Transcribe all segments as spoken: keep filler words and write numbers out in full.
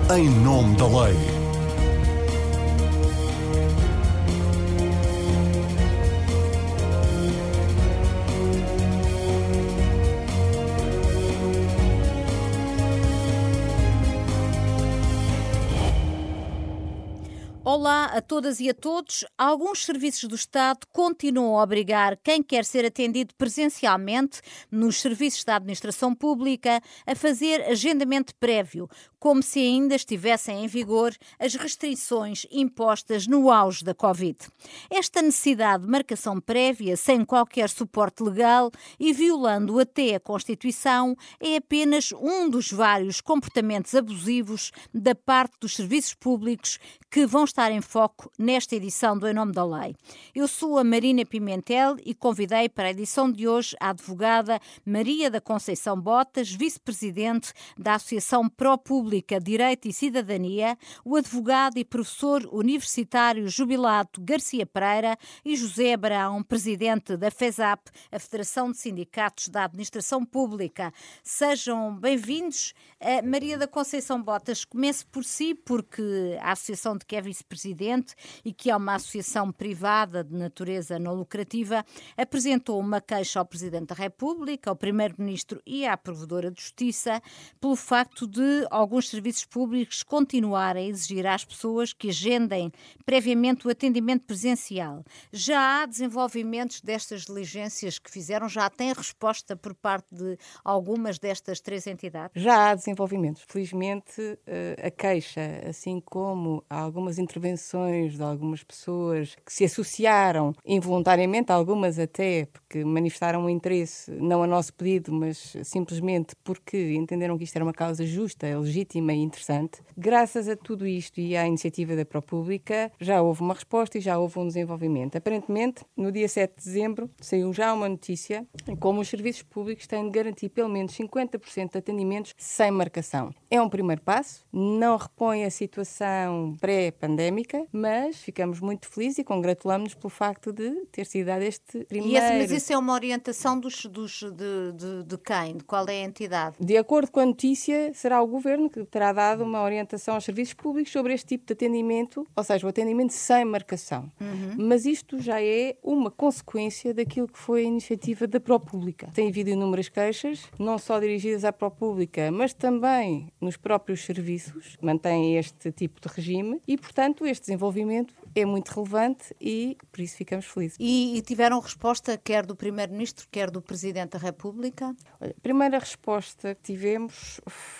Em nome da lei. Olá a todas e a todos. Alguns serviços do Estado continuam a obrigar quem quer ser atendido presencialmente nos serviços da administração pública a fazer agendamento prévio, como se ainda estivessem em vigor as restrições impostas no auge da Covid. Esta necessidade de marcação prévia, sem qualquer suporte legal e violando até a Constituição, é apenas um dos vários comportamentos abusivos da parte dos serviços públicos que vão estar em foco nesta edição do Em Nome da Lei. Eu sou a Marina Pimentel e convidei para a edição de hoje a advogada Maria da Conceição Botas, vice-presidente da Associação Pró-Pública Direito e Cidadania, o advogado e professor universitário jubilado Garcia Pereira e José Abraão, presidente da FESAP, a Federação de Sindicatos da Administração Pública. Sejam bem-vindos. Uh, Maria da Conceição Botas, comece por si, porque a associação de que é vice-presidente e que é uma associação privada de natureza não lucrativa, apresentou uma queixa ao Presidente da República, ao Primeiro-Ministro e à Provedora de Justiça pelo facto de alguns serviços públicos continuarem a exigir às pessoas que agendem previamente o atendimento presencial. Já há desenvolvimentos destas diligências que fizeram? Já tem resposta por parte de algumas destas três entidades? Já há desenvolvimentos. Felizmente, a queixa, assim como algumas intervenções de algumas pessoas que se associaram involuntariamente, algumas até porque manifestaram um interesse, não a nosso pedido, mas simplesmente porque entenderam que isto era uma causa justa, legítima e interessante. Graças a tudo isto e à iniciativa da ProPública, já houve uma resposta e já houve um desenvolvimento. Aparentemente, no dia sete de dezembro, saiu já uma notícia como os serviços públicos têm de garantir pelo menos cinquenta por cento de atendimentos sem marcação. É um primeiro passo, não repõe a situação pré-pandémica, mas ficamos muito felizes e congratulamos-nos pelo facto de ter sido dado este primeiro... E esse, mas isso é uma orientação dos, dos, de, de, de quem? De qual é a entidade? De acordo com a notícia, será o Governo que terá dado uma orientação aos serviços públicos sobre este tipo de atendimento, ou seja, o atendimento sem marcação. Uhum. Mas isto já é uma consequência daquilo que foi a iniciativa da ProPública. Tem havido inúmeras queixas, não só dirigidas à ProPública, mas também nos próprios serviços, que mantêm este tipo de regime e, portanto, este desenvolvimento é muito relevante e por isso ficamos felizes. E, e tiveram resposta quer do Primeiro-Ministro, quer do Presidente da República? Olha, a primeira resposta que tivemos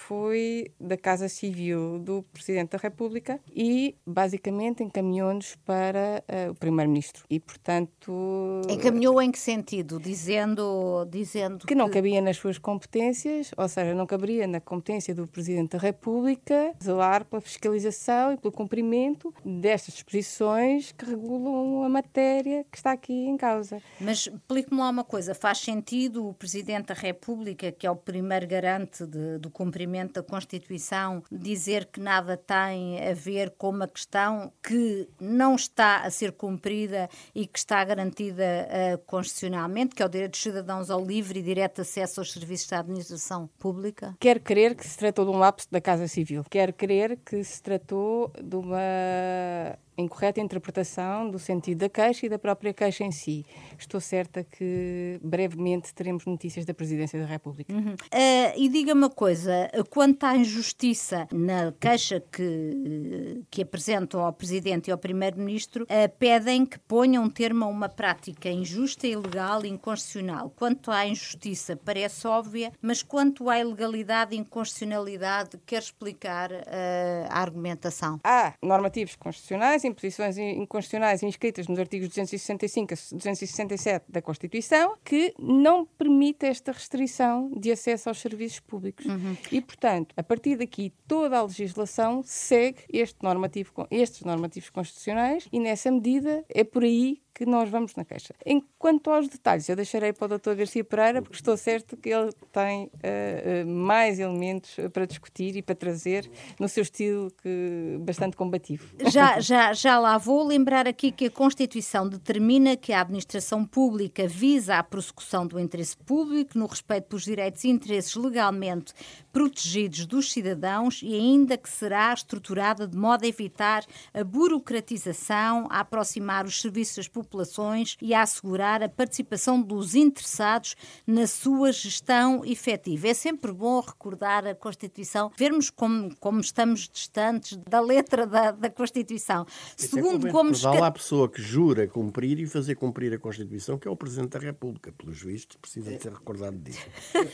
foi da Casa Civil do Presidente da República e basicamente encaminhou-nos para uh, o Primeiro-Ministro. E, portanto... Encaminhou em que sentido? Dizendo, dizendo que, que não cabia nas suas competências, ou seja, não caberia na competência do Presidente da República zelar pela fiscalização e pelo cumprimento destas disposições que regulam a matéria que está aqui em causa. Mas explique-me lá uma coisa, faz sentido o Presidente da República, que é o primeiro garante de, do cumprimento da Constituição, dizer que nada tem a ver com uma questão que não está a ser cumprida e que está garantida uh, constitucionalmente, que é o direito dos cidadãos ao livre e direto acesso aos serviços da administração pública? Quer crer que se tratou de um lapso da Casa Civil. Quer crer que se tratou de uma incorreta interpretação do sentido da queixa e da própria queixa em si. Estou certa que brevemente teremos notícias da Presidência da República. Uhum. Uh, e diga-me uma coisa, quanto à injustiça na queixa que, que apresentam ao Presidente e ao Primeiro-Ministro, uh, pedem que ponham um termo a uma prática injusta, ilegal e inconstitucional. Quanto à injustiça, parece óbvia, mas quanto à ilegalidade e inconstitucionalidade, quer explicar uh, a argumentação? Há normativos constitucionais, imposições inconstitucionais inscritas nos artigos duzentos e sessenta e cinco a duzentos e sessenta e sete da Constituição, que não permite esta restrição de acesso aos serviços públicos. Uhum. E, portanto, a partir daqui, toda a legislação segue este normativo, estes normativos constitucionais e, nessa medida, é por aí que nós vamos na queixa. Enquanto aos detalhes, eu deixarei para o doutor Garcia Pereira, porque estou certo que ele tem uh, uh, mais elementos para discutir e para trazer no seu estilo que, bastante combativo. Já, já, já lá vou lembrar aqui que a Constituição determina que a administração pública visa a prossecução do interesse público no respeito pelos direitos e interesses legalmente protegidos dos cidadãos e ainda que será estruturada de modo a evitar a burocratização, a aproximar os serviços das populações e a assegurar a participação dos interessados na sua gestão efetiva. É sempre bom recordar a Constituição, vermos como, como estamos distantes da letra da, da Constituição. Segundo Gomes... Há a pessoa que jura cumprir e fazer cumprir a Constituição, que é o Presidente da República. Pelos vistos, precisa de ser recordado disso.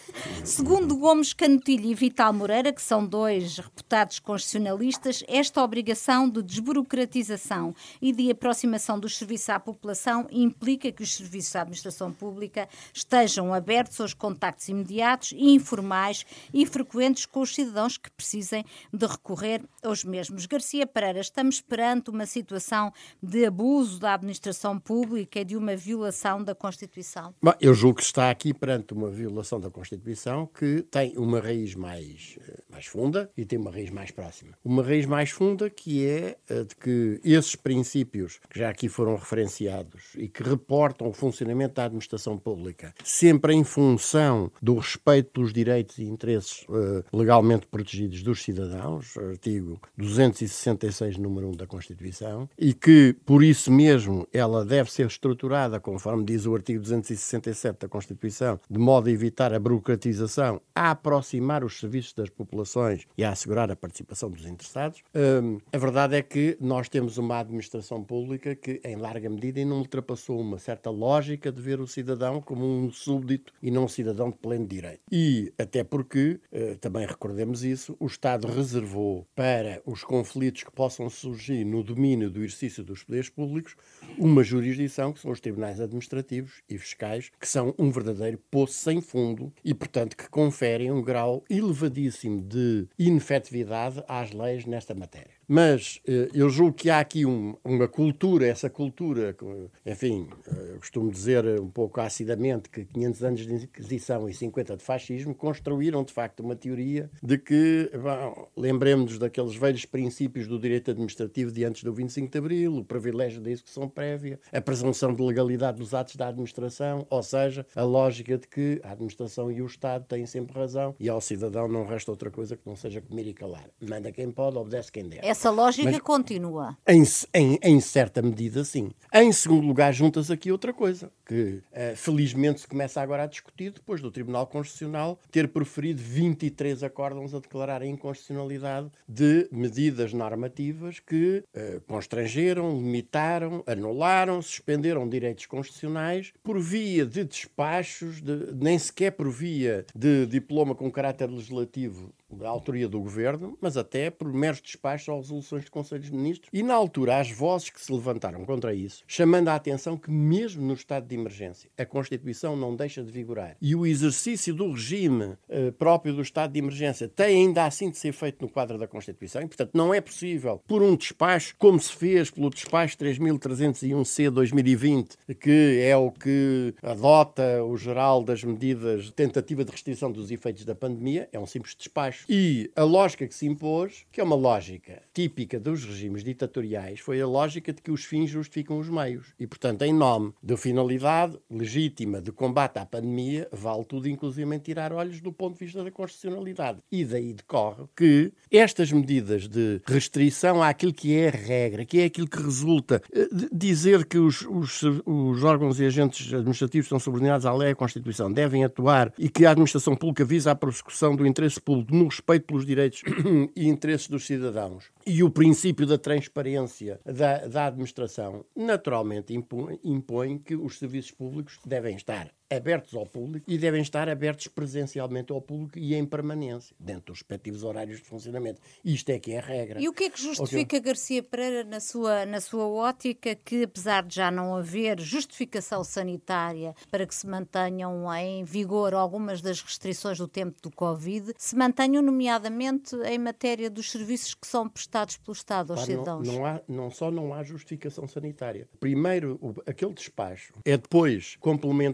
Segundo Gomes Canutilho e Vital Moreira, que são dois reputados constitucionalistas, esta obrigação de desburocratização e de aproximação dos serviços à população implica que os serviços da administração pública estejam abertos aos contactos imediatos e informais e frequentes com os cidadãos que precisem de recorrer aos mesmos. Garcia Pereira, estamos perante uma situação de abuso da administração pública e de uma violação da Constituição? Bom, eu julgo que está aqui perante uma violação da Constituição que tem uma raiz mais, mais funda e tem uma raiz mais próxima. Uma raiz mais funda que é a de que esses princípios que já aqui foram referenciados e que reportam o funcionamento da administração pública, sempre em função do respeito pelos direitos e interesses uh, legalmente protegidos dos cidadãos, artigo duzentos e sessenta e seis, número um da Constituição, e que, por isso mesmo, ela deve ser estruturada, conforme diz o artigo duzentos e sessenta e sete da Constituição, de modo a evitar a burocratização, a aproximar os serviços das populações e a assegurar a participação dos interessados. Um, a verdade é que nós temos uma administração pública que, em larga medida, não ultrapassou uma certa lógica de ver o cidadão como um súbdito e não um cidadão de pleno direito. E, até porque, uh, também recordemos isso, o Estado reservou para os conflitos que possam surgir no domínio do exercício dos poderes públicos uma jurisdição, que são os tribunais administrativos e fiscais, que são um verdadeiro poço sem fundo e, portanto, que conferem um grau elevadíssimo de inefetividade às leis nesta matéria. Mas eh, eu julgo que há aqui um, uma cultura, essa cultura, enfim, eu costumo dizer um pouco acidamente que quinhentos anos de Inquisição e cinquenta de fascismo construíram, de facto, uma teoria de que, bom, lembremos-nos daqueles velhos princípios do direito administrativo de antes do vinte e cinco de Abril, o privilégio da execução prévia, a presunção de legalidade dos atos da administração, ou seja, a lógica de que a administração e o Estado têm sempre razão e ao cidadão não resta outra coisa que não seja comer e calar. Manda quem pode, obedece quem deve. Essa lógica Mas, continua. Em, em, em certa medida, sim. Em segundo lugar, junta-se aqui outra coisa, que uh, felizmente se começa agora a discutir depois do Tribunal Constitucional ter proferido vinte e três acórdãos a declarar a inconstitucionalidade de medidas normativas que uh, constrangeram, limitaram, anularam, suspenderam direitos constitucionais por via de despachos, de, nem sequer por via de diploma com caráter legislativo da autoria do Governo, mas até por meros despachos ou resoluções de Conselhos de Ministros. E, na altura, as vozes que se levantaram contra isso, chamando a atenção que, mesmo no estado de emergência, a Constituição não deixa de vigorar e o exercício do regime eh, próprio do estado de emergência tem ainda assim de ser feito no quadro da Constituição e, portanto, não é possível, por um despacho, como se fez pelo despacho três mil trezentos e um C dois mil e vinte, que é o que adota o geral das medidas de tentativa de restrição dos efeitos da pandemia, é um simples despacho. E a lógica que se impôs, que é uma lógica típica dos regimes ditatoriais, foi a lógica de que os fins justificam os meios. E, portanto, em nome da finalidade legítima de combate à pandemia, vale tudo, inclusive tirar olhos do ponto de vista da constitucionalidade. E daí decorre que estas medidas de restrição àquilo que é a regra, que é aquilo que resulta de dizer que os, os, os órgãos e agentes administrativos são subordinados à lei e à Constituição, devem atuar e que a administração pública visa a prossecução do interesse público no respeito pelos direitos e interesses dos cidadãos e o princípio da transparência da, da administração, naturalmente impõe, impõe que os serviços públicos devem estar abertos ao público e devem estar abertos presencialmente ao público e em permanência, dentro dos respectivos horários de funcionamento. Isto é que é a regra. E o que é que justifica, okay, Garcia Pereira, na sua, na sua ótica, que apesar de já não haver justificação sanitária para que se mantenham em vigor algumas das restrições do tempo do Covid, se mantenham nomeadamente em matéria dos serviços que são prestados pelo Estado aos ah, cidadãos? Não, não, há, não só não há justificação sanitária. Primeiro, o, aquele despacho é depois complementado com um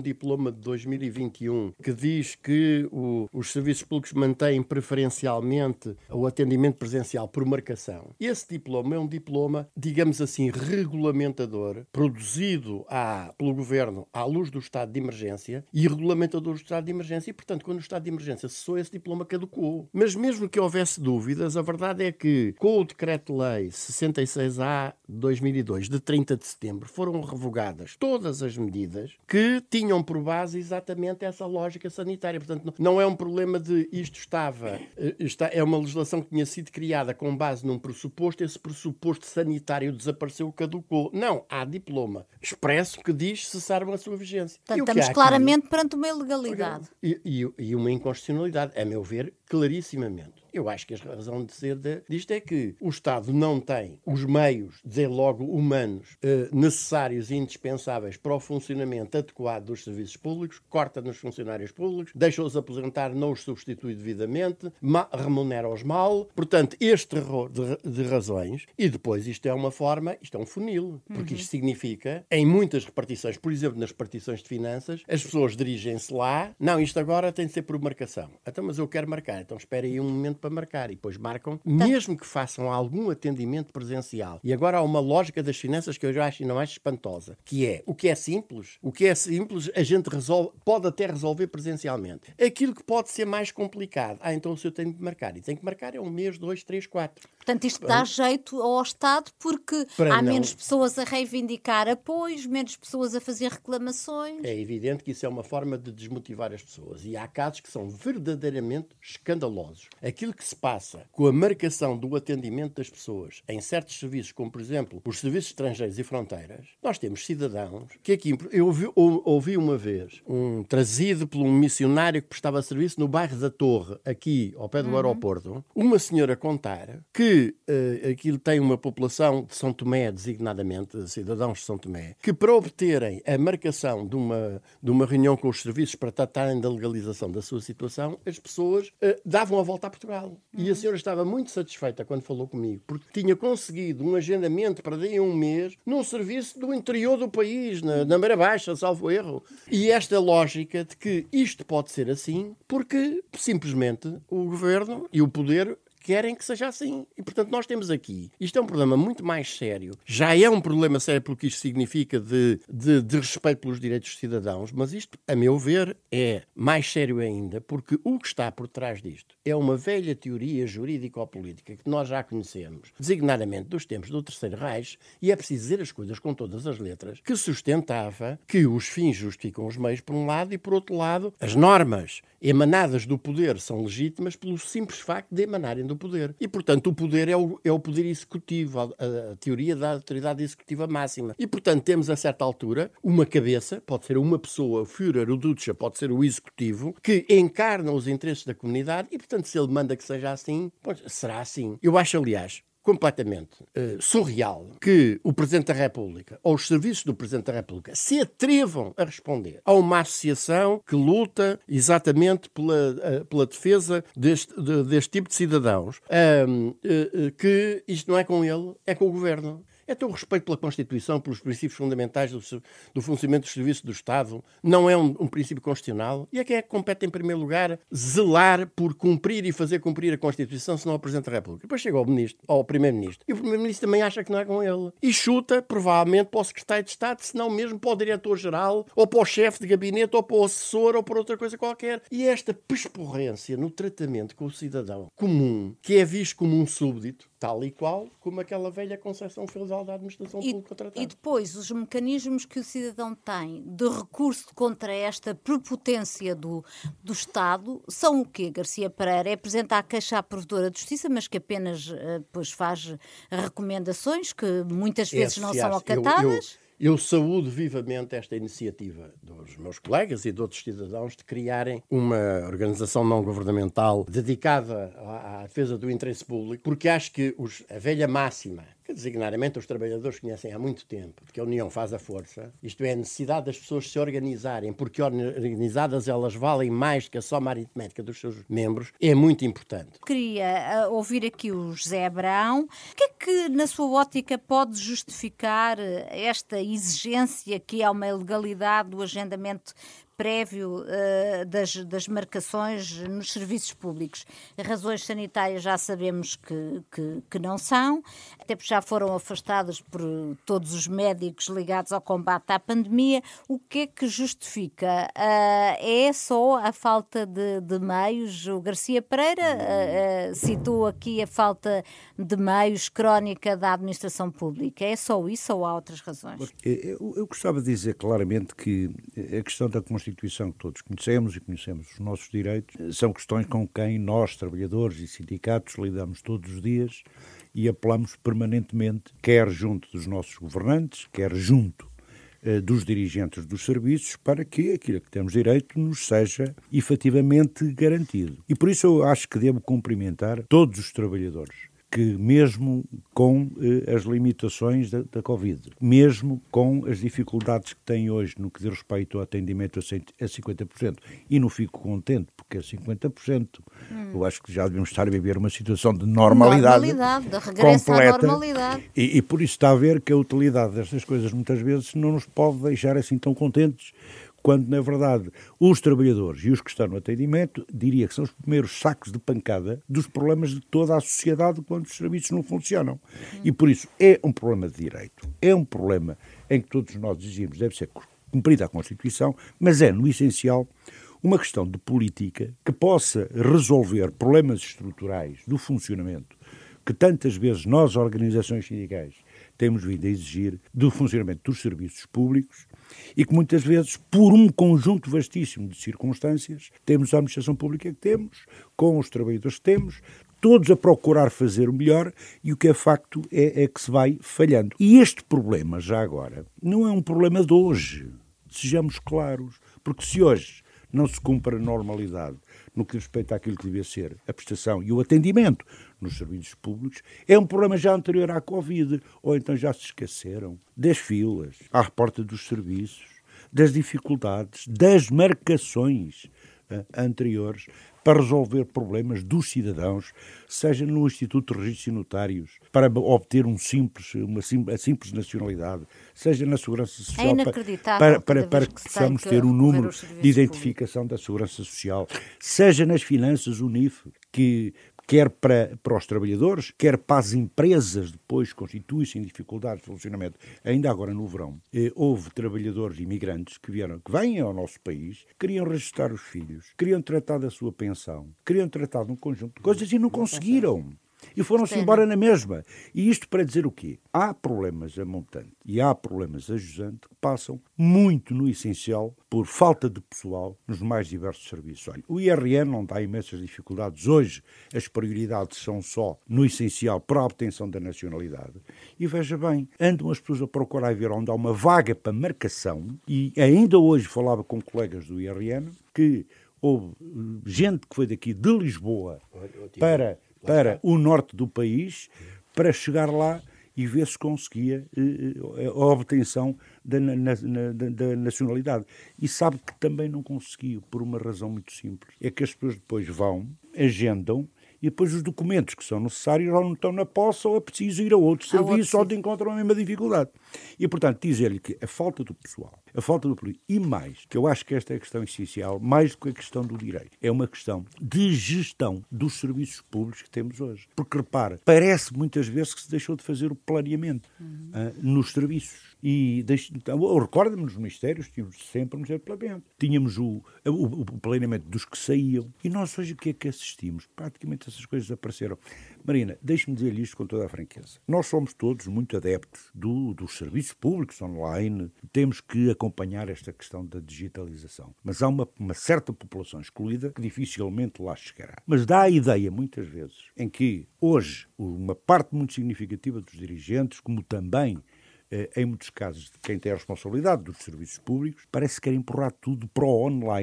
diploma de dois mil e vinte e um que diz que o, os serviços públicos mantêm preferencialmente o atendimento presencial por marcação. Esse diploma é um diploma, digamos assim, regulamentador, produzido à, pelo Governo à luz do estado de emergência e regulamentador do estado de emergência e, portanto, quando o estado de emergência cessou, esse diploma caducou. Mas mesmo que houvesse dúvidas, a verdade é que com o Decreto-Lei sessenta e seis A de dois mil e dois, de trinta de setembro, foram revogadas todas as medidas que tinham por base exatamente essa lógica sanitária. Portanto, não é um problema de isto estava... Está, é uma legislação que tinha sido criada com base num pressuposto, esse pressuposto sanitário desapareceu, caducou. Não, há diploma expresso que diz cessaram a sua vigência. Portanto, estamos claramente aqui perante uma ilegalidade. E, e, e uma inconstitucionalidade, a meu ver, clarissimamente. Eu acho que a razão de ser de, disto é que o Estado não tem os meios, dizer logo humanos, eh, necessários e indispensáveis para o funcionamento adequado dos serviços públicos, corta nos funcionários públicos, deixa-os aposentar, não os substitui devidamente, ma- remunera-os mal. Portanto, este terror de, de razões, e depois isto é uma forma, isto é um funil, porque isto significa, em muitas repartições, por exemplo, nas repartições de finanças, as pessoas dirigem-se lá, não, isto agora tem de ser por marcação. Então, mas eu quero marcar, então espera aí um momento para marcar e depois marcam, mesmo que façam algum atendimento presencial. E agora há uma lógica das finanças que eu já acho e não acho espantosa, que é, o que é simples, o que é simples a gente resolve, pode até resolver presencialmente. Aquilo que pode ser mais complicado, ah, então o senhor tem de marcar, e tem que marcar é um mês, dois, três, quatro. Portanto, isto dá jeito ao Estado porque Para há não... menos pessoas a reivindicar apoios, menos pessoas a fazer reclamações. É evidente que isso é uma forma de desmotivar as pessoas. E há casos que são verdadeiramente escandalosos. Aquilo que se passa com a marcação do atendimento das pessoas em certos serviços, como, por exemplo, os serviços estrangeiros e fronteiras, nós temos cidadãos que aqui... Eu ouvi, ouvi uma vez um trazido por um missionário que prestava serviço no bairro da Torre, aqui ao pé do uhum. aeroporto, uma senhora contar que que uh, aquilo tem uma população de São Tomé, designadamente, cidadãos de São Tomé, que para obterem a marcação de uma, de uma reunião com os serviços para tratarem da legalização da sua situação, as pessoas uh, davam a volta a Portugal. Uhum. E a senhora estava muito satisfeita quando falou comigo, porque tinha conseguido um agendamento para daí a um mês num serviço do interior do país, na, na Beira Baixa, salvo erro. E esta lógica de que isto pode ser assim, porque simplesmente o governo e o poder querem que seja assim. E, portanto, nós temos aqui... Isto é um problema muito mais sério. Já é um problema sério porque isto significa de, de, de respeito pelos direitos dos cidadãos, mas isto, a meu ver, é mais sério ainda porque o que está por trás disto é uma velha teoria jurídico-política que nós já conhecemos, designadamente dos tempos do Terceiro Reich, e é preciso dizer as coisas com todas as letras, que sustentava que os fins justificam os meios por um lado e, por outro lado, as normas emanadas do poder são legítimas pelo simples facto de emanarem do poder. E, portanto, o poder é o, é o poder executivo, a, a, a teoria da autoridade executiva máxima. E, portanto, temos a certa altura uma cabeça, pode ser uma pessoa, o Führer, o Duce, pode ser o executivo, que encarna os interesses da comunidade e, portanto, se ele manda que seja assim, pois, será assim. Eu acho, aliás, completamente uh, surreal que o Presidente da República ou os serviços do Presidente da República se atrevam a responder a uma associação que luta exatamente pela, uh, pela defesa deste, de, deste tipo de cidadãos, um, uh, uh, que isto não é com ele, é com o Governo. É ter o respeito pela Constituição, pelos princípios fundamentais do, do funcionamento dos serviços do Estado. Não é um, um princípio constitucional. E a quem é que compete, em primeiro lugar, zelar por cumprir e fazer cumprir a Constituição, se não ao Presidente da República? Depois chega ao, ministro, ao Primeiro-Ministro. E o Primeiro-Ministro também acha que não é com ele. E chuta, provavelmente, para o Secretário de Estado, se não mesmo para o Diretor-Geral, ou para o chefe de gabinete, ou para o assessor, ou para outra coisa qualquer. E esta pesporrência no tratamento com o cidadão comum, que é visto como um súbdito, tal e qual como aquela velha concepção feudal da administração pública tratada. E depois, os mecanismos que o cidadão tem de recurso contra esta prepotência do, do Estado são o quê, Garcia Pereira? É apresentar a queixa à Provedora de Justiça, mas que apenas uh, pois faz recomendações que muitas vezes é, não são acatadas? Eu, eu... Eu saúdo vivamente esta iniciativa dos meus colegas e de outros cidadãos de criarem uma organização não governamental dedicada à, à defesa do interesse público, porque acho que os, a velha máxima que designadamente os trabalhadores conhecem há muito tempo, porque a união faz a força, isto é, a necessidade das pessoas se organizarem, porque organizadas elas valem mais que a soma aritmética dos seus membros, é muito importante. Queria uh, ouvir aqui o José Abraão. O que é que, na sua ótica, pode justificar esta exigência que é uma ilegalidade do agendamento prévio uh, das, das marcações nos serviços públicos? Razões sanitárias já sabemos que, que, que não são, até porque já foram afastados por todos os médicos ligados ao combate à pandemia. O que é que justifica? Uh, é só a falta de, de meios? O Garcia Pereira uh, uh, citou aqui a falta de meios crónica da administração pública. É só isso ou há outras razões? Eu, eu gostava de dizer claramente que a questão da Constituição que todos conhecemos e conhecemos os nossos direitos, são questões com quem nós, trabalhadores e sindicatos, lidamos todos os dias e apelamos permanentemente, quer junto dos nossos governantes, quer junto eh, dos dirigentes dos serviços, para que aquilo que temos direito nos seja efetivamente garantido. E por isso eu acho que devo cumprimentar todos os trabalhadores, que mesmo com eh, as limitações da, da Covid, mesmo com as dificuldades que têm hoje no que diz respeito ao atendimento a cinquenta por cento, e não fico contente porque é cinquenta por cento, hum. eu acho que já devemos estar a viver uma situação de normalidade, normalidade de regresso completa, à normalidade. E, e por isso está a ver que a utilidade destas coisas muitas vezes não nos pode deixar assim tão contentes, quando, na verdade, os trabalhadores e os que estão no atendimento, diria que são os primeiros sacos de pancada dos problemas de toda a sociedade quando os serviços não funcionam. Hum. E, por isso, é um problema de direito, é um problema em que todos nós exigimos deve ser cumprida a Constituição, mas é, no essencial, uma questão de política que possa resolver problemas estruturais do funcionamento que tantas vezes nós, organizações sindicais, temos vindo a exigir do funcionamento dos serviços públicos e que muitas vezes, por um conjunto vastíssimo de circunstâncias, temos a administração pública que temos, com os trabalhadores que temos, todos a procurar fazer o melhor e o que é facto é, é que se vai falhando. E este problema, já agora, não é um problema de hoje, sejamos claros, porque se hoje não se cumpre a normalidade no que respeita àquilo que devia ser a prestação e o atendimento nos serviços públicos, é um problema já anterior à Covid, ou então já se esqueceram das filas à porta dos serviços, das dificuldades, das marcações uh, anteriores para resolver problemas dos cidadãos, seja no Instituto de Registros e Notários, para obter um simples, uma simples, a simples nacionalidade, seja na Segurança Social, é inacreditável para, para, para que, que possamos que ter um número de identificação públicos. Da Segurança Social, seja nas finanças, o N I F, que quer para, para os trabalhadores, quer para as empresas, depois constituem-se em dificuldades de funcionamento. Ainda agora no verão, eh, houve trabalhadores imigrantes que vieram, que vêm ao nosso país, queriam registrar os filhos, queriam tratar da sua pensão, queriam tratar de um conjunto de coisas e não conseguiram. E foram-se embora na mesma. E isto para dizer o quê? Há problemas a montante e há problemas a jusante que passam muito no essencial por falta de pessoal nos mais diversos serviços. Olha, o I R N não dá imensas dificuldades. Hoje as prioridades são só no essencial para a obtenção da nacionalidade. E veja bem, andam as pessoas a procurar ver onde há uma vaga para marcação e ainda hoje falava com colegas do I R N que houve gente que foi daqui de Lisboa para... para o norte do país, para chegar lá e ver se conseguia eh, a obtenção da, na, na, da, da nacionalidade. E sabe que também não conseguiu, por uma razão muito simples. É que as pessoas depois vão, agendam, e depois os documentos que são necessários ou não estão na posse ou é preciso ir a outro serviço onde encontram a mesma dificuldade. E, portanto, dizer-lhe que a falta do pessoal, a falta do político, e mais, que eu acho que esta é a questão essencial, mais do que a questão do direito, é uma questão de gestão dos serviços públicos que temos hoje. Porque, repara, parece muitas vezes que se deixou de fazer o planeamento uhum. uh, nos serviços. E então, recorda-me, nos ministérios, tínhamos sempre o Ministério do Planeamento. Tínhamos o, o, o planeamento dos que saíam. E nós hoje o que é que assistimos? Praticamente essas coisas apareceram. Marina, deixe-me dizer-lhe isto com toda a franqueza. Nós somos todos muito adeptos do, dos serviços públicos online. Temos que acompanhar esta questão da digitalização. Mas há uma, uma certa população excluída que dificilmente lá chegará. Mas dá a ideia, muitas vezes, em que hoje uma parte muito significativa dos dirigentes, como também em muitos casos, de quem tem a responsabilidade dos serviços públicos, parece que quer empurrar tudo para o online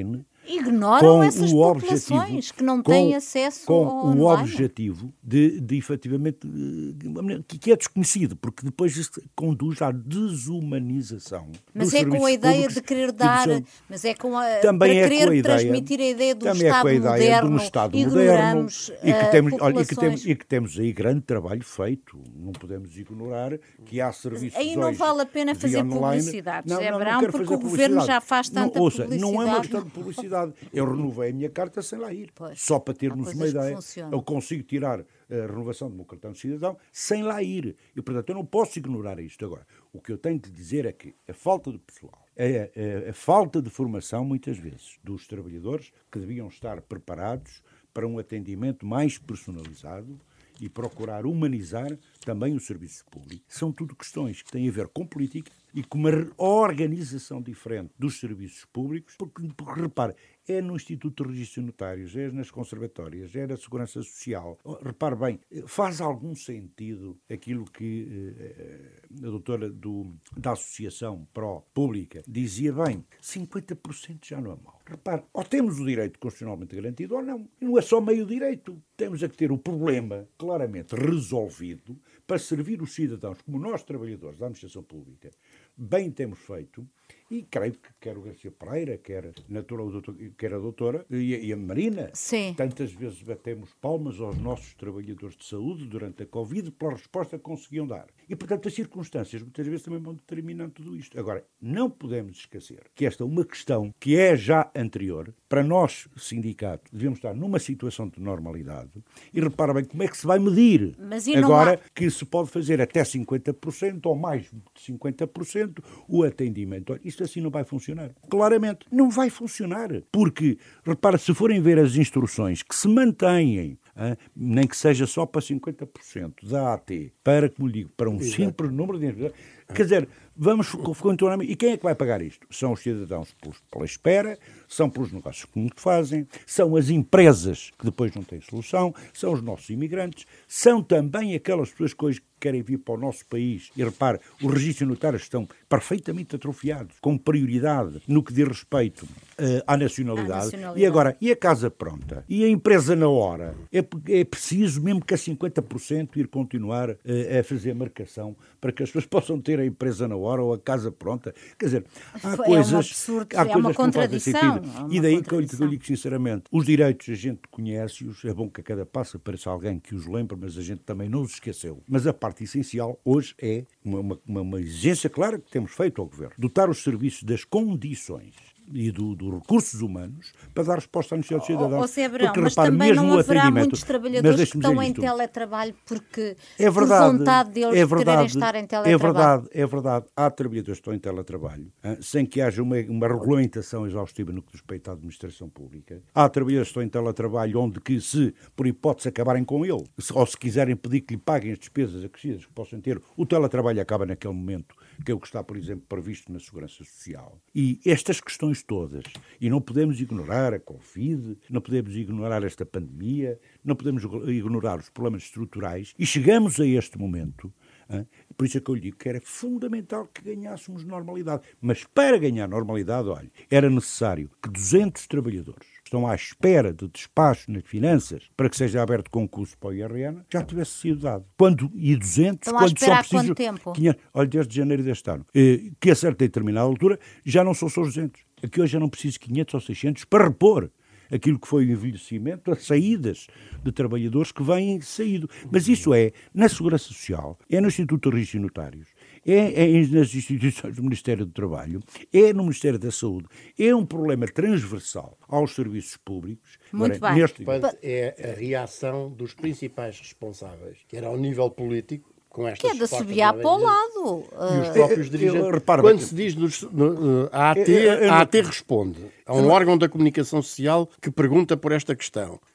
Ignoram com essas o populações objetivo, que não com, têm acesso com ao o online. objetivo de, de efetivamente, que é desconhecido, porque depois isto conduz à desumanização. Mas dos é com a ideia públicos, de querer dar, são, mas é com a, também para é querer com a ideia, transmitir a ideia do também Estado é com a ideia moderno, de um Estado ignoramos moderno, e que, temos, olha, e, que populações. temos, e que temos aí grande trabalho feito. Não podemos ignorar que há serviços Aí não hoje vale a pena fazer online. publicidade, Não, José não, não Abrão, quero porque fazer o Governo já faz não, tanta ouça, publicidade. Não é uma questão de publicidade. Eu renovei a minha carta sem lá ir. Pois, Só para termos uma ideia. Eu consigo tirar a renovação do meu cartão de cidadão sem lá ir. E, portanto, eu não posso ignorar isto. Agora, o que eu tenho de dizer é que a falta de pessoal, a, a, a falta de formação, muitas vezes, dos trabalhadores que deviam estar preparados para um atendimento mais personalizado e procurar humanizar também os serviços públicos. São tudo questões que têm a ver com política e com uma organização diferente dos serviços públicos, porque, porque repare, é no Instituto de Registro de Notários, é nas conservatórias, é na Segurança Social. Repare bem, faz algum sentido aquilo que eh, a doutora do, da Associação Pró-Pública dizia bem, cinquenta por cento já não é mau. Repare, ou temos o direito constitucionalmente garantido ou não. E não é só meio direito. Temos a que ter o problema claramente resolvido para servir os cidadãos, como nós, trabalhadores da administração pública, bem temos feito, e creio que quer o Garcia Pereira, quer, natural, quer a doutora, e a, e a Marina, Sim. Tantas vezes batemos palmas aos nossos trabalhadores de saúde durante a Covid pela resposta que conseguiam dar. E, portanto, as circunstâncias muitas vezes também vão determinando tudo isto. Agora, não podemos esquecer que esta é uma questão que é já anterior. Para nós, sindicato, devemos estar numa situação de normalidade e repara bem como é que se vai medir. Mas e agora há... que se pode fazer até cinquenta por cento ou mais de cinquenta por cento o atendimento. Isto assim não vai funcionar. Claramente, não vai funcionar. Porque, repara, se forem ver as instruções que se mantêm, hein, nem que seja só para cinquenta por cento da A T, para, como digo, para um simples número de... Quer dizer, vamos continuar... E quem é que vai pagar isto? São os cidadãos pela espera, são pelos negócios que fazem, são as empresas que depois não têm solução, são os nossos imigrantes, são também aquelas pessoas que hoje querem vir para o nosso país. E repare, os registros notários estão perfeitamente atrofiados, com prioridade no que diz respeito uh, à, nacionalidade. à nacionalidade. E agora, e a casa pronta? E a empresa na hora? É, é preciso mesmo que a cinquenta por cento ir continuar uh, a fazer marcação para que as pessoas possam ter a empresa na hora ou a casa pronta? Quer dizer, há é coisas... Um absurdo, há é coisas uma contradição. É uma e daí que eu, que eu digo sinceramente, os direitos a gente conhece-os, é bom que a cada passo apareça alguém que os lembre, mas a gente também não os esqueceu. Mas a parte essencial hoje é uma, uma, uma exigência clara que temos feito ao Governo. Dotar os serviços das condições e dos do recursos humanos para dar resposta à necessidade dos cidadãos. Oh, oh, Abrão, porque, mas repare, também não haverá muitos mas trabalhadores que estão em isto. teletrabalho porque é verdade, por vontade deles é verdade, quererem estar em teletrabalho. É verdade, é verdade. Há trabalhadores que estão em teletrabalho, hein, sem que haja uma, uma regulamentação exaustiva no que respeita à administração pública. Há trabalhadores que estão em teletrabalho onde que, se, por hipótese, acabarem com ele, se, ou se quiserem pedir que lhe paguem as despesas acrescidas que possam ter, o teletrabalho acaba naquele momento, que é o que está, por exemplo, previsto na Segurança Social. E estas questões todas, e não podemos ignorar a Covid, não podemos ignorar esta pandemia, não podemos ignorar os problemas estruturais, e chegamos a este momento, hein? Por isso é que eu lhe digo que era fundamental que ganhássemos normalidade. Mas para ganhar normalidade, olha, era necessário que duzentos trabalhadores que estão à espera de despacho nas finanças para que seja aberto concurso para o I R N, já tivesse sido dado. Quando, e duzentos, estão quando só precisam... quanto tempo? quinhentos, olha, desde janeiro deste ano, eh, que a certa determinada altura já não são só os duzentos. Aqui hoje já não preciso quinhentos ou seiscentos para repor aquilo que foi o envelhecimento, as saídas de trabalhadores que vêm saído. Mas isso é na Segurança Social, é no Instituto de Registro de Notários, é, é nas instituições do Ministério do Trabalho, é no Ministério da Saúde, é um problema transversal aos serviços públicos. Muito Agora, bem. Neste... É a reação dos principais responsáveis, que era ao nível político, com que é de assobiar para o lado. E os próprios dirigentes. Eu, repara, Quando bem, se diz nos, no, a AT, eu, eu, eu, a AT responde a um órgão da comunicação social que pergunta por esta questão.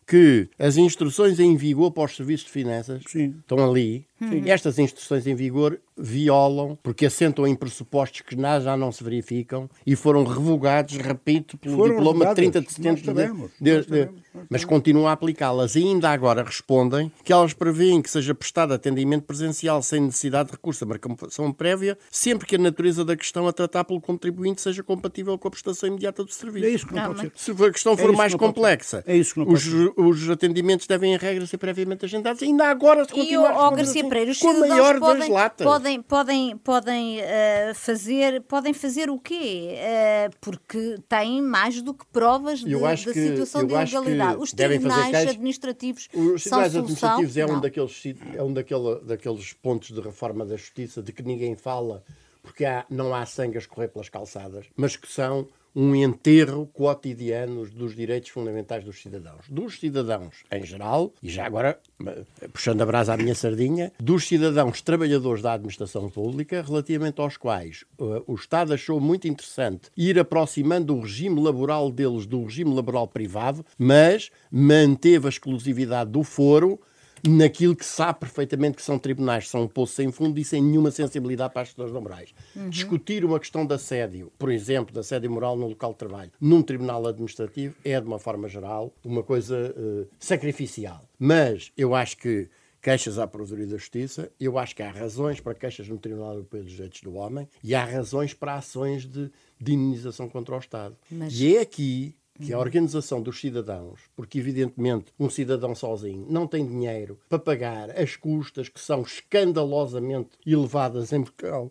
que as instruções em vigor para os serviços de finanças Sim. estão ali. Sim. Estas instruções em vigor violam, porque assentam em pressupostos que já não se verificam e foram revogados, repito, pelo foram diploma de trinta de setembro de, de, de, de, mas continuam a aplicá-las. E ainda agora respondem que elas prevêem que seja prestado atendimento presencial sem necessidade de recurso à marcação prévia, sempre que a natureza da questão a tratar pelo contribuinte seja compatível com a prestação imediata do serviço. É isso que não, não pode ser. Se a questão for é mais complexa, é isso que não os, os atendimentos devem, em regra, ser previamente agendados. E ainda agora se continua a Garcia assim, Pereira, os com a maior podem, das latas. Podem, podem, podem, uh, fazer, podem fazer o quê? Uh, porque têm mais do que provas de, da situação de ilegalidade. Os tribunais queixas, administrativos os são tribunais solução? administrativos é não. um, daqueles, é um daquele, daqueles pontos de reforma da justiça de que ninguém fala porque há, não há sangue a escorrer pelas calçadas, mas que são um enterro cotidiano dos direitos fundamentais dos cidadãos. Dos cidadãos em geral, e já agora, puxando a brasa à minha sardinha, dos cidadãos trabalhadores da administração pública, relativamente aos quais uh, o Estado achou muito interessante ir aproximando o regime laboral deles do regime laboral privado, mas manteve a exclusividade do foro naquilo que sabe perfeitamente que são tribunais, são um poço sem fundo e sem nenhuma sensibilidade para as questões laborais. Uhum. Discutir uma questão de assédio, por exemplo, de assédio moral no local de trabalho, num tribunal administrativo, é, de uma forma geral, uma coisa uh, sacrificial. Mas eu acho que queixas à Procuradoria da Justiça, eu acho que há razões para queixas no Tribunal Europeu dos Direitos do Homem e há razões para ações de, de indenização contra o Estado. Mas... E é aqui que a organização dos cidadãos, porque evidentemente um cidadão sozinho não tem dinheiro para pagar as custas que são escandalosamente elevadas em Portugal,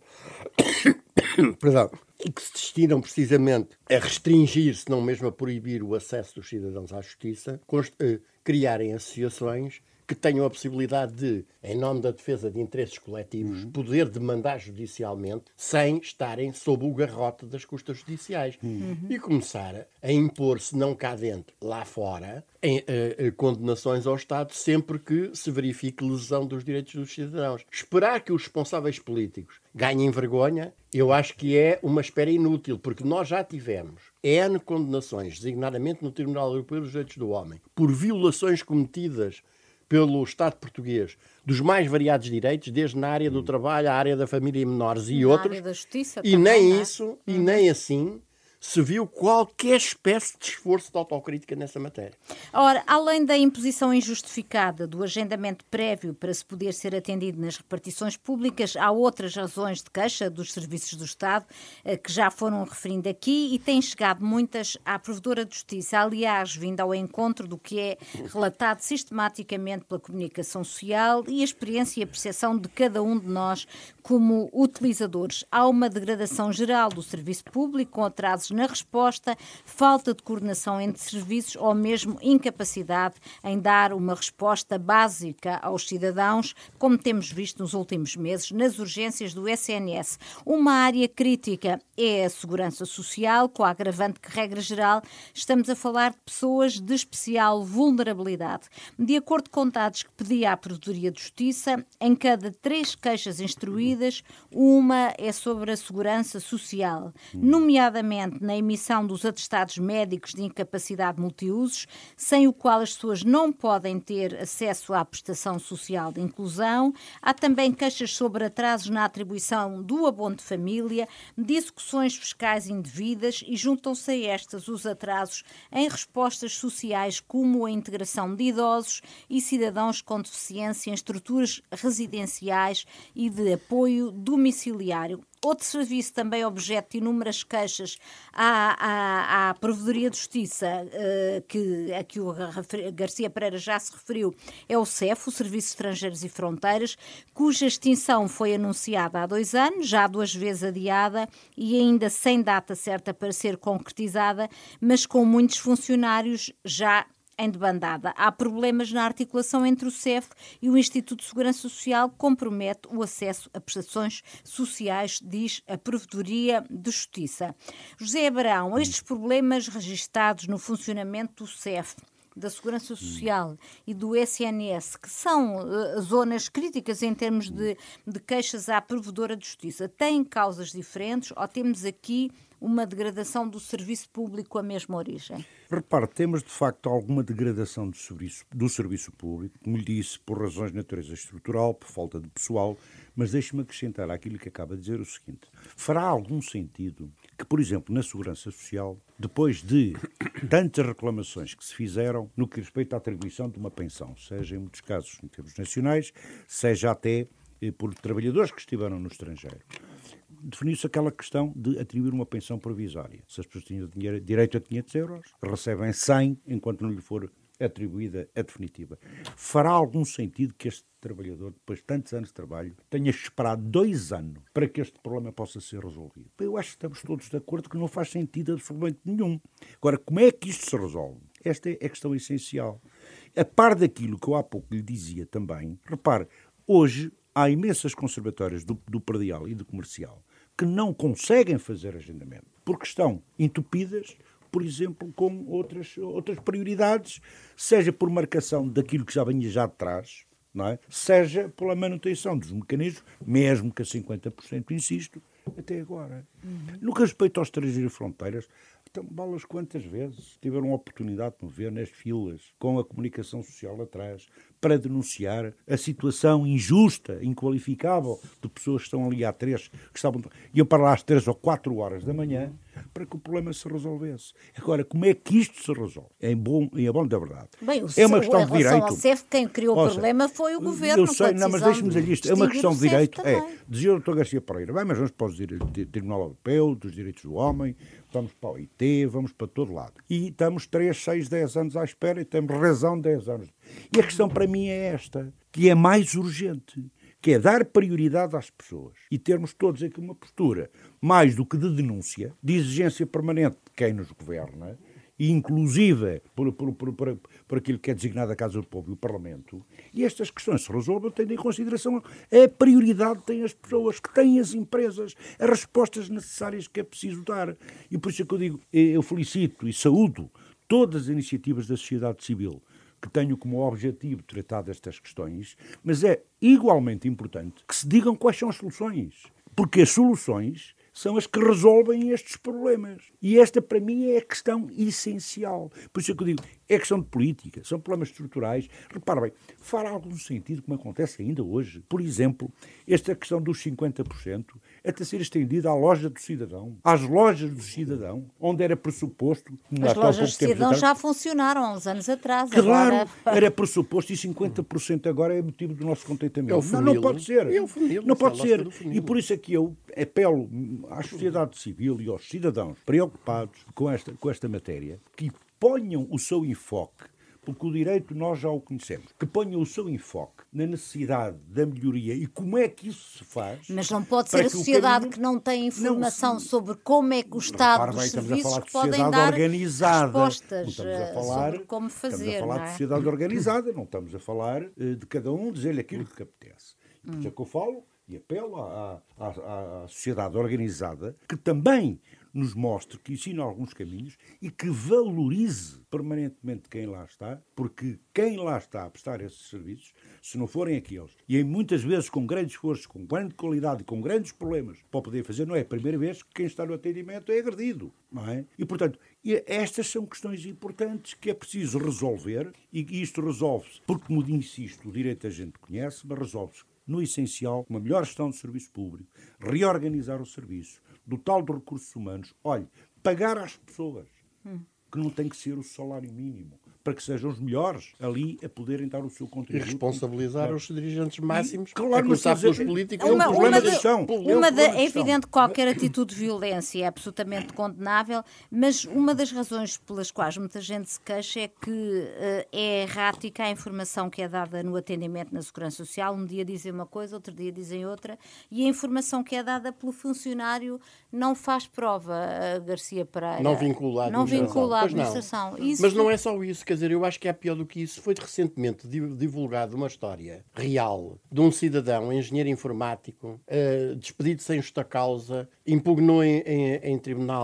perdão, e que se destinam precisamente a restringir, se não mesmo a proibir o acesso dos cidadãos à justiça, criarem associações que tenham a possibilidade de, em nome da defesa de interesses coletivos, uhum. poder demandar judicialmente sem estarem sob o garrote das custas judiciais. Uhum. E começar a impor, se não cá dentro, lá fora, em, uh, uh, condenações ao Estado sempre que se verifique lesão dos direitos dos cidadãos. Esperar que os responsáveis políticos ganhem vergonha, eu acho que é uma espera inútil, porque nós já tivemos N condenações, designadamente no Tribunal Europeu dos Direitos do Homem, por violações cometidas pelo Estado português, dos mais variados direitos, desde na área do trabalho, a área da família e menores e na outros, área da justiça, e também, nem não é? isso, Uhum. e nem assim se viu qualquer espécie de esforço de autocrítica nessa matéria. Ora, além da imposição injustificada do agendamento prévio para se poder ser atendido nas repartições públicas, há outras razões de queixa dos serviços do Estado que já foram referindo aqui e têm chegado muitas à Provedora de Justiça, aliás, vindo ao encontro do que é relatado sistematicamente pela comunicação social e a experiência e a percepção de cada um de nós como utilizadores. Há uma degradação geral do serviço público, com atrasos na resposta, falta de coordenação entre serviços ou mesmo incapacidade em dar uma resposta básica aos cidadãos, como temos visto nos últimos meses nas urgências do S N S. Uma área crítica é a segurança social, com a agravante que, regra geral, estamos a falar de pessoas de especial vulnerabilidade. De acordo com dados que pedi à Provedoria de Justiça, em cada três queixas instruídas, uma é sobre a segurança social, nomeadamente na emissão dos atestados médicos de incapacidade multiusos, sem o qual as pessoas não podem ter acesso à prestação social de inclusão. Há também queixas sobre atrasos na atribuição do abono de família, de execuções fiscais indevidas e juntam-se a estas os atrasos em respostas sociais como a integração de idosos e cidadãos com deficiência em estruturas residenciais e de apoio domiciliário. Outro serviço também objeto de inúmeras queixas à, à, à Provedoria de Justiça, uh, que, a que o Garcia Pereira já se referiu, é o C E F, o Serviço de Estrangeiros e Fronteiras, cuja extinção foi anunciada há dois anos, já duas vezes adiada e ainda sem data certa para ser concretizada, mas com muitos funcionários já em debandada. Há problemas na articulação entre o C E F e o Instituto de Segurança Social, que compromete o acesso a prestações sociais, diz a Provedoria de Justiça. José Abrão, estes problemas registados no funcionamento do C E F, da Segurança Social e do S N S, que são uh, zonas críticas em termos de, de queixas à Provedora de Justiça, têm causas diferentes ou temos aqui uma degradação do serviço público com a mesma origem? Repare, temos de facto alguma degradação do serviço, do serviço público, como lhe disse, por razões de natureza estrutural, por falta de pessoal, mas deixe-me acrescentar àquilo que acaba de dizer o seguinte: fará algum sentido que, por exemplo, na Segurança Social, depois de tantas reclamações que se fizeram no que respeita à atribuição de uma pensão, seja em muitos casos em termos nacionais, seja até eh, por trabalhadores que estiveram no estrangeiro, definiu-se aquela questão de atribuir uma pensão provisória. Se as pessoas tinham dinheiro, direito a quinhentos euros, recebem cem enquanto não lhe for atribuída a definitiva. Fará algum sentido que este trabalhador, depois de tantos anos de trabalho, tenha esperado dois anos para que este problema possa ser resolvido? Eu acho que estamos todos de acordo que não faz sentido absolutamente nenhum. Agora, como é que isto se resolve? Esta é a questão essencial. A par daquilo que eu há pouco lhe dizia também, repare, hoje há imensas conservatórias do, do Predial e do Comercial que não conseguem fazer agendamento, porque estão entupidas, por exemplo, com outras, outras prioridades, seja por marcação daquilo que já vinha já de trás, não é? Seja pela manutenção dos mecanismos, mesmo que a cinquenta por cento, insisto, até agora. Uhum. No que respeita aos estrangeiros e fronteiras, então, balas quantas vezes tiveram a oportunidade de me ver nas filas, com a comunicação social atrás, para denunciar a situação injusta, inqualificável, de pessoas que estão ali há três, que estavam, iam para lá às três ou quatro horas da manhã, para que o problema se resolvesse. Agora, como é que isto se resolve? Em bom, em bom da verdade. Bem, o é uma questão em de direito. Ao C E F, quem criou o problema foi o governo. Eu sei, não, mas deixe-me dizer isto. É uma questão de direito. É, dizia o doutor Garcia Pereira, bem, mas vamos para o Tribunal Europeu dos Direitos do Homem, vamos para o O I T, vamos para todo lado. E estamos três, seis, dez anos à espera e temos razão dez anos. E a questão para mim é esta, que é mais urgente, que é dar prioridade às pessoas e termos todos aqui uma postura mais do que de denúncia, de exigência permanente de quem nos governa, e inclusive por, por, por, por, por aquilo que é designado a Casa do Povo e o Parlamento, e estas questões se resolvam tendo em consideração a prioridade que têm as pessoas, que têm as empresas, as respostas necessárias que é preciso dar. E por isso é que eu digo, eu felicito e saúdo todas as iniciativas da sociedade civil que tenham como objetivo tratar destas questões, mas é igualmente importante que se digam quais são as soluções, porque as soluções são as que resolvem estes problemas. E esta, para mim, é a questão essencial. Por isso é que eu digo, é questão de política, são problemas estruturais. Repara bem, fará algum sentido, como acontece ainda hoje, por exemplo, esta questão dos cinquenta por cento até ser estendida à loja do cidadão, às lojas do cidadão, onde era pressuposto... As lojas do cidadão já funcionaram há uns anos atrás. Claro, agora... era pressuposto e cinquenta por cento agora é motivo do nosso contentamento. É não, não pode ser. É o funil, não pode ser. E por isso é que eu apelo à sociedade civil e aos cidadãos preocupados com esta, com esta matéria, que ponham o seu enfoque, porque o direito nós já o conhecemos, que ponham o seu enfoque na necessidade da melhoria e como é que isso se faz. Mas não pode ser a sociedade que não tem informação não, se... sobre como é que o Estado dos serviços que podem dar organizada. respostas não estamos a falar, sobre como fazer. Estamos a falar não é? de sociedade organizada, não estamos a falar uh, de cada um dizer-lhe aquilo que apetece. E por isso é que eu falo e apelo à, à, à, à sociedade organizada que também nos mostre, que ensina alguns caminhos e que valorize permanentemente quem lá está, porque quem lá está a prestar esses serviços, se não forem aqueles, e em muitas vezes com grande esforço, com grande qualidade e com grandes problemas para poder fazer, não é a primeira vez que quem está no atendimento é agredido, não é? E, portanto, estas são questões importantes que é preciso resolver e isto resolve-se, porque, como insisto, o direito a gente conhece, mas resolve-se no essencial, uma melhor gestão do serviço público, reorganizar o serviço, dotá-lo de recursos humanos, olhe, pagar às pessoas, hum. que não tem que ser o salário mínimo, para que sejam os melhores ali a poderem dar o seu contributo. E responsabilizar é. os dirigentes máximos, e, claro, a começar pelos políticos. Uma, é um problema uma de gestão. Uma de, é evidente que qualquer atitude de violência é absolutamente condenável, mas uma das razões pelas quais muita gente se queixa é que uh, é errática a informação que é dada no atendimento na Segurança Social. Um dia dizem uma coisa, outro dia dizem outra, e a informação que é dada pelo funcionário não faz prova, uh, Garcia Pereira. Não vincula a não administração. Vincula a administração. Não. Isso... Mas não é só isso, quer dizer, eu acho que é pior do que isso. Foi recentemente divulgada uma história real de um cidadão, engenheiro informático, uh, despedido sem justa causa, impugnou em, em, em tribunal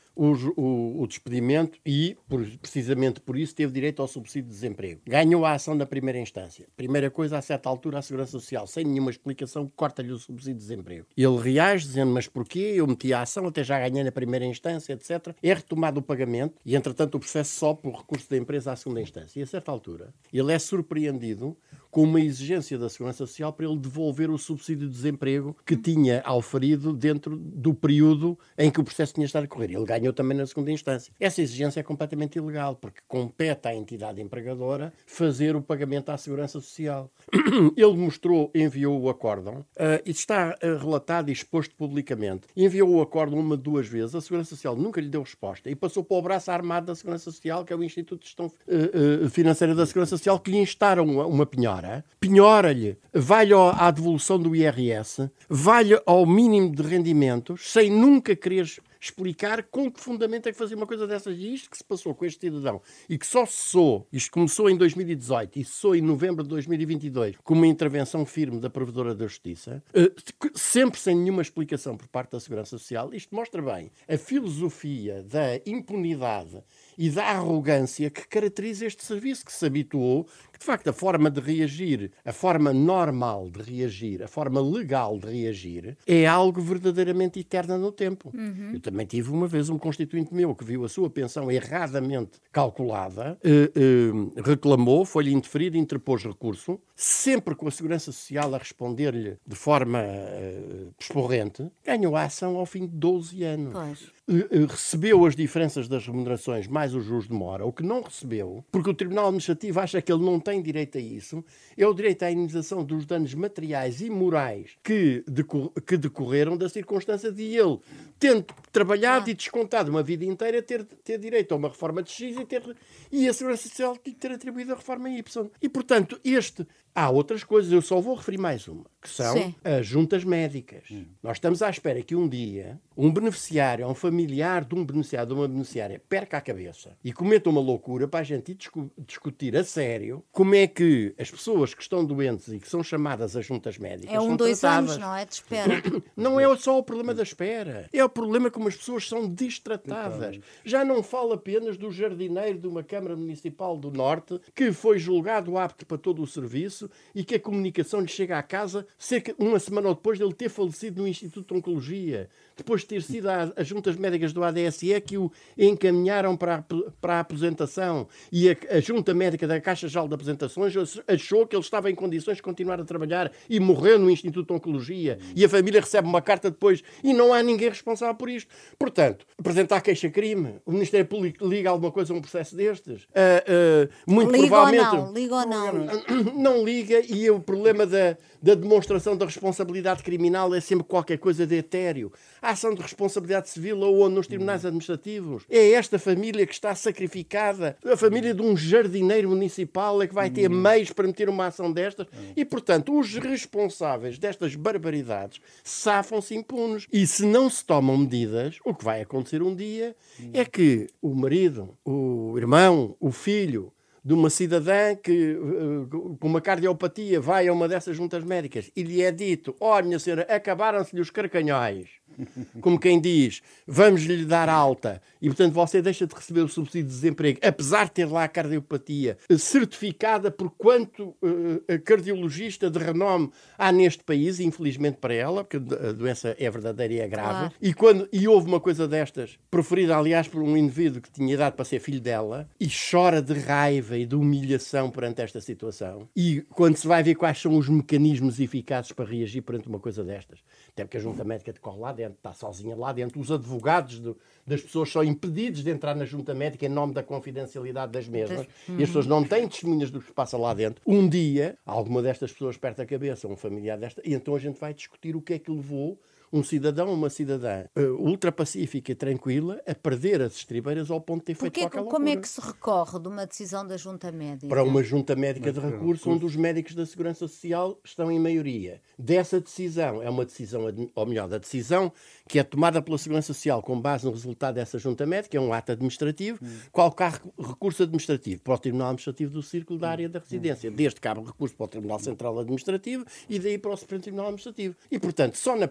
o, o, o despedimento e, por, precisamente por isso, teve direito ao subsídio de desemprego. Ganhou a ação da primeira instância. Primeira coisa, a certa altura, a Segurança Social, sem nenhuma explicação, corta-lhe o subsídio de desemprego. Ele reage dizendo, mas porquê? Eu meti a ação, até já ganhei na primeira instância, etcétera. É retomado o pagamento e, entretanto, o processo sobe por recurso da empresa à segunda instância. E, a certa altura, ele é surpreendido com uma exigência da Segurança Social para ele devolver o subsídio de desemprego que tinha auferido dentro do período em que o processo tinha estado a correr. Ele ganhou também na segunda instância. Essa exigência é completamente ilegal, porque compete à entidade empregadora fazer o pagamento à Segurança Social. Ele mostrou, enviou o acórdão, uh, e está uh, relatado e exposto publicamente. Enviou o acórdão uma, duas vezes, a Segurança Social nunca lhe deu resposta e passou para o braço armado da Segurança Social, que é o Instituto de Gestão uh, uh, Financeira da Segurança Social, que lhe instaram uma, uma penhora. Penhora-lhe, vai-lhe à devolução do I R S, vai-lhe ao mínimo de rendimentos, sem nunca querer explicar com que fundamento é que fazia uma coisa dessas. E isto que se passou com este cidadão e que só cessou, isto começou em dois mil e dezoito e cessou em novembro de dois mil e vinte e dois com uma intervenção firme da Provedora da Justiça, sempre sem nenhuma explicação por parte da Segurança Social. Isto mostra bem a filosofia da impunidade e da arrogância que caracteriza este serviço, que se habituou, que de facto a forma de reagir, a forma normal de reagir, a forma legal de reagir, é algo verdadeiramente eterno no tempo. Uhum. Eu também tive uma vez um constituinte meu que viu a sua pensão erradamente calculada, eh, eh, reclamou, foi-lhe indeferido, interpôs recurso, sempre com a Segurança Social a responder-lhe de forma eh, esporrente, ganhou a ação ao fim de doze anos. Pois. Recebeu as diferenças das remunerações mais os juros de mora. O que não recebeu, porque o Tribunal Administrativo acha que ele não tem direito a isso, é o direito à indenização dos danos materiais e morais que, decor- que decorreram da circunstância de ele, tendo trabalhado ah. e descontado uma vida inteira, ter, ter direito a uma reforma de X e, ter, e a Segurança Social ter atribuído a reforma Y. E, portanto, este... Há outras coisas, eu só vou referir mais uma, que são Sim. as juntas médicas. Hum. Nós estamos à espera que um dia um beneficiário, um familiar de um beneficiário, de uma beneficiária, perca a cabeça e cometa uma loucura para a gente discu- discutir a sério como é que as pessoas que estão doentes e que são chamadas a juntas médicas É um, são dois tratadas. anos, não é? De espera. Não é só o problema da espera. É o problema como as pessoas são distratadas. Já não falo apenas do jardineiro de uma Câmara Municipal do Norte que foi julgado apto para todo o serviço e que a comunicação lhe chega à casa cerca uma semana depois de ele ter falecido no Instituto de Oncologia, depois de ter sido as juntas médicas do A D S E que o encaminharam para a, para a aposentação, e a, a junta médica da Caixa Geral de Aposentações achou que ele estava em condições de continuar a trabalhar e morreu no Instituto de Oncologia, e a família recebe uma carta depois e não há ninguém responsável por isto. Portanto, apresentar queixa-crime, o Ministério Público liga alguma coisa a um processo destes? Uh, uh, muito liga provavelmente... ou não, liga ou não. Não liga, e o problema da, da demonstração da responsabilidade criminal é sempre qualquer coisa de etéreo. A ação de responsabilidade civil ou nos tribunais administrativos. É esta família que está sacrificada. A família de um jardineiro municipal é que vai ter meios para meter uma ação destas. E, portanto, os responsáveis destas barbaridades safam-se impunes. E se não se tomam medidas, o que vai acontecer um dia é que o marido, o irmão, o filho de uma cidadã que, com uma cardiopatia, vai a uma dessas juntas médicas e lhe é dito: olha, minha senhora, acabaram-se-lhe os carcanhóis. Como quem diz, vamos-lhe dar alta. E, portanto, você deixa de receber o subsídio de desemprego, apesar de ter lá a cardiopatia certificada por quanto uh, cardiologista de renome há neste país, infelizmente para ela, porque a doença é verdadeira e é grave. Claro. E, quando, e houve uma coisa destas, proferida, aliás, por um indivíduo que tinha idade para ser filho dela, e chora de raiva e de humilhação perante esta situação. E quando se vai ver quais são os mecanismos eficazes para reagir perante uma coisa destas, até porque a junta médica decorre lá dentro, está sozinha lá dentro, os advogados do, das pessoas são impedidos de entrar na junta médica em nome da confidencialidade das mesmas, uhum. e as pessoas não têm testemunhas do que se passa lá dentro. Um dia, alguma destas pessoas perde a cabeça, um familiar desta, e então a gente vai discutir o que é que levou um cidadão ou uma cidadã uh, ultrapacífica e tranquila a perder as estribeiras ao ponto de ter feito Porque, aquela como loucura. é que se recorre de uma decisão da junta médica? Para uma junta médica de recurso, onde os médicos da Segurança Social estão em maioria. Dessa decisão, é uma decisão, ou melhor, da decisão que é tomada pela Segurança Social com base no resultado dessa junta médica, é um ato administrativo, hum. qualquer recurso administrativo para o Tribunal Administrativo do Círculo da área da residência, desde que cabe recurso para o Tribunal Central Administrativo e daí para o Supremo Tribunal Administrativo. E, portanto, só na primeira instância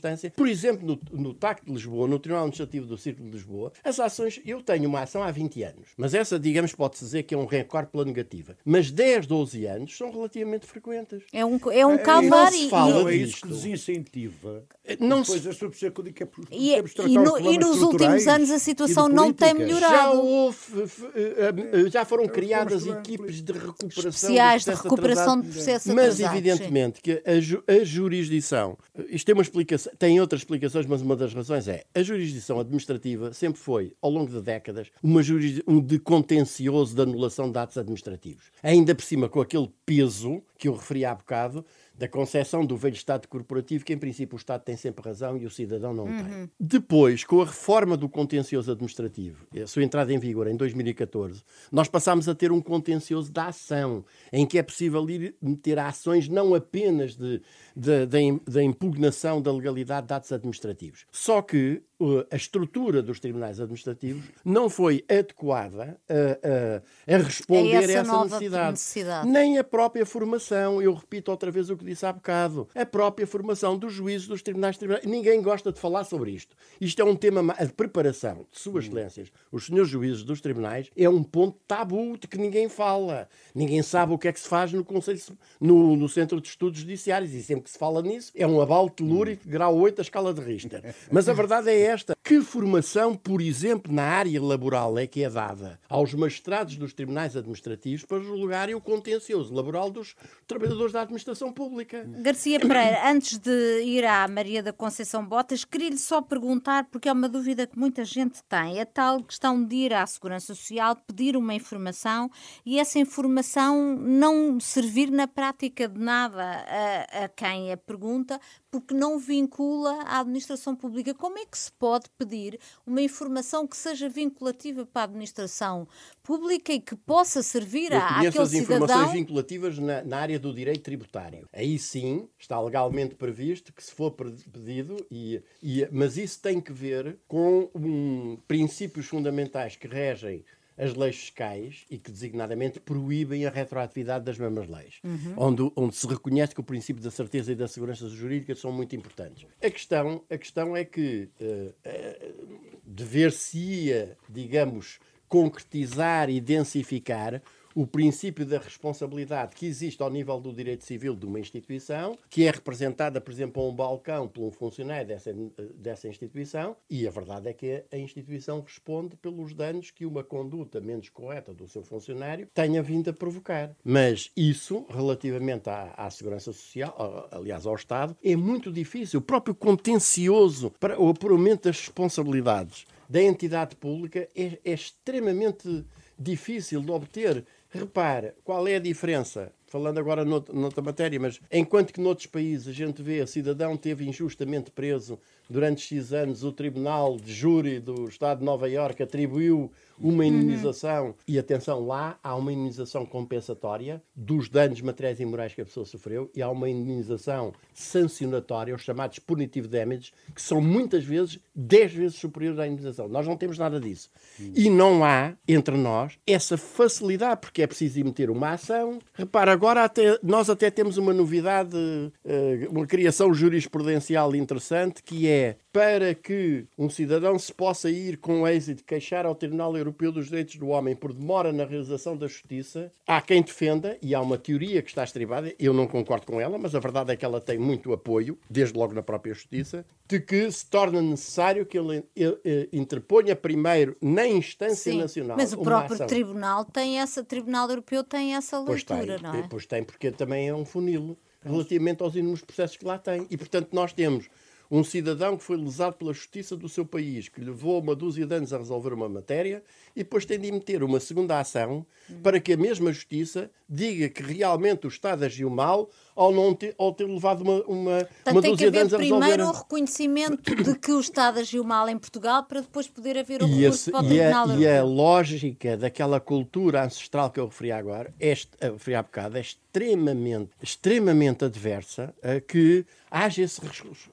instância. Por exemplo, no, no T A C de Lisboa, no Tribunal Administrativo do Círculo de Lisboa, as ações, eu tenho uma ação há vinte anos, mas essa, digamos, pode-se dizer que é um recorde pela negativa. Mas dez, doze anos são relativamente frequentes. É um, é um Não calvário. se fala Não é isso disto. que desincentiva. Não Depois se- as pessoas que eu digo que é por- E, temos de tratar e os no- problemas e nos estruturais últimos anos a e de situação não tem políticas. melhorado. Já houve, f- eh, já foram Então, criadas vamos falar equipas de recuperação Especiais do de processo recuperação atrasado. de processos Mas atrasados, evidentemente que a, ju- a jurisdição, isto tem uma explicação, tem outras explicações, mas uma das razões é a jurisdição administrativa sempre foi, ao longo de décadas, uma jurisdição um de contencioso de anulação de atos administrativos. Ainda por cima com aquele peso que eu referi há bocado, da concepção do velho Estado corporativo, que em princípio o Estado tem sempre razão e o cidadão não Uhum. tem. Depois, com a reforma do contencioso administrativo, a sua entrada em vigor em dois mil e catorze, nós passámos a ter um contencioso da ação, em que é possível ir meter ações não apenas de, de, de, de impugnação da legalidade de atos administrativos. Só que uh, a estrutura dos tribunais administrativos não foi adequada a, a, a responder A a essa essa nova necessidade. necessidade. Nem a própria formação, eu repito outra vez o que disse há bocado, a própria formação dos juízes dos tribunais, tribunais. Ninguém gosta de falar sobre isto. Isto é um tema, ma- a preparação de suas excelências, os senhores juízes dos tribunais, é um ponto tabu de que ninguém fala. Ninguém sabe o que é que se faz no Conselho, no, no Centro de Estudos Judiciários, e sempre que se fala nisso, é um abalo telúrico, grau oito da escala de Richter. Mas a verdade é esta. Que formação, por exemplo, na área laboral é que é dada aos magistrados dos tribunais administrativos para julgarem o contencioso laboral dos trabalhadores da administração pública? Garcia Pereira, antes de ir à Maria da Conceição Botas, queria-lhe só perguntar, porque é uma dúvida que muita gente tem, a tal questão de ir à Segurança Social, pedir uma informação e essa informação não servir na prática de nada a, a quem a pergunta, porque não vincula à administração pública. Como é que se pode pedir uma informação que seja vinculativa para a administração pública e que possa servir Eu à, conheço àquele as informações cidadão? vinculativas na, na área do direito tributário. Aí sim está legalmente previsto que se for pre- pedido, e, e, mas isso tem que ver com um, princípios fundamentais que regem as leis fiscais e que designadamente proíbem a retroatividade das mesmas leis, Uhum. onde, onde se reconhece que o princípio da certeza e da segurança jurídica são muito importantes. A questão, a questão é que uh, uh, dever-se-ia, digamos, concretizar e densificar o princípio da responsabilidade que existe ao nível do direito civil de uma instituição, que é representada, por exemplo, a um balcão por um funcionário dessa, dessa instituição, e a verdade é que a instituição responde pelos danos que uma conduta menos correta do seu funcionário tenha vindo a provocar. Mas isso, relativamente à, à segurança social, aliás, ao Estado, é muito difícil. O próprio contencioso para o apuramento das responsabilidades da entidade pública é, é extremamente difícil de obter. Repara, qual é a diferença? Falando agora noutra, noutra matéria, mas enquanto que noutros países a gente vê o cidadão teve injustamente preso durante X anos, o Tribunal de Júri do Estado de Nova Iorque atribuiu uma indenização, uhum. e atenção, lá há uma indenização compensatória dos danos materiais e morais que a pessoa sofreu e há uma indenização sancionatória, os chamados punitive damages, que são muitas vezes dez vezes superiores à indenização. Nós não temos nada disso. Uhum. E não há, entre nós, essa facilidade, porque é preciso emitir uma ação. Repara, agora até, nós até temos uma novidade, uma criação jurisprudencial interessante, que é para que um cidadão se possa ir com êxito queixar ao Tribunal Europeu dos Direitos do Homem por demora na realização da justiça, há quem defenda, e há uma teoria que está estribada, eu não concordo com ela, mas a verdade é que ela tem muito apoio, desde logo na própria justiça, de que se torna necessário que ele, ele, ele interponha primeiro na instância Sim, nacional. mas o próprio ação. Tribunal tem essa, Tribunal Europeu tem essa leitura, pois tem, não é? Pois tem, porque também é um funil relativamente aos inúmeros processos que lá tem. E, portanto, nós temos um cidadão que foi lesado pela justiça do seu país, que levou uma dúzia de anos a resolver uma matéria, e depois tem de emitir uma segunda ação hum. para que a mesma justiça diga que realmente o Estado agiu mal ao, não ter, ao ter levado uma, uma, Portanto, uma dúzia de anos a resolver. Tem que haver primeiro um reconhecimento de que o Estado agiu mal em Portugal para depois poder haver o e recurso esse, para o e Tribunal a, Europeu. E a lógica daquela cultura ancestral que eu referi agora, este, eu referi há bocado, é extremamente, extremamente adversa a que haja esse reconhecimento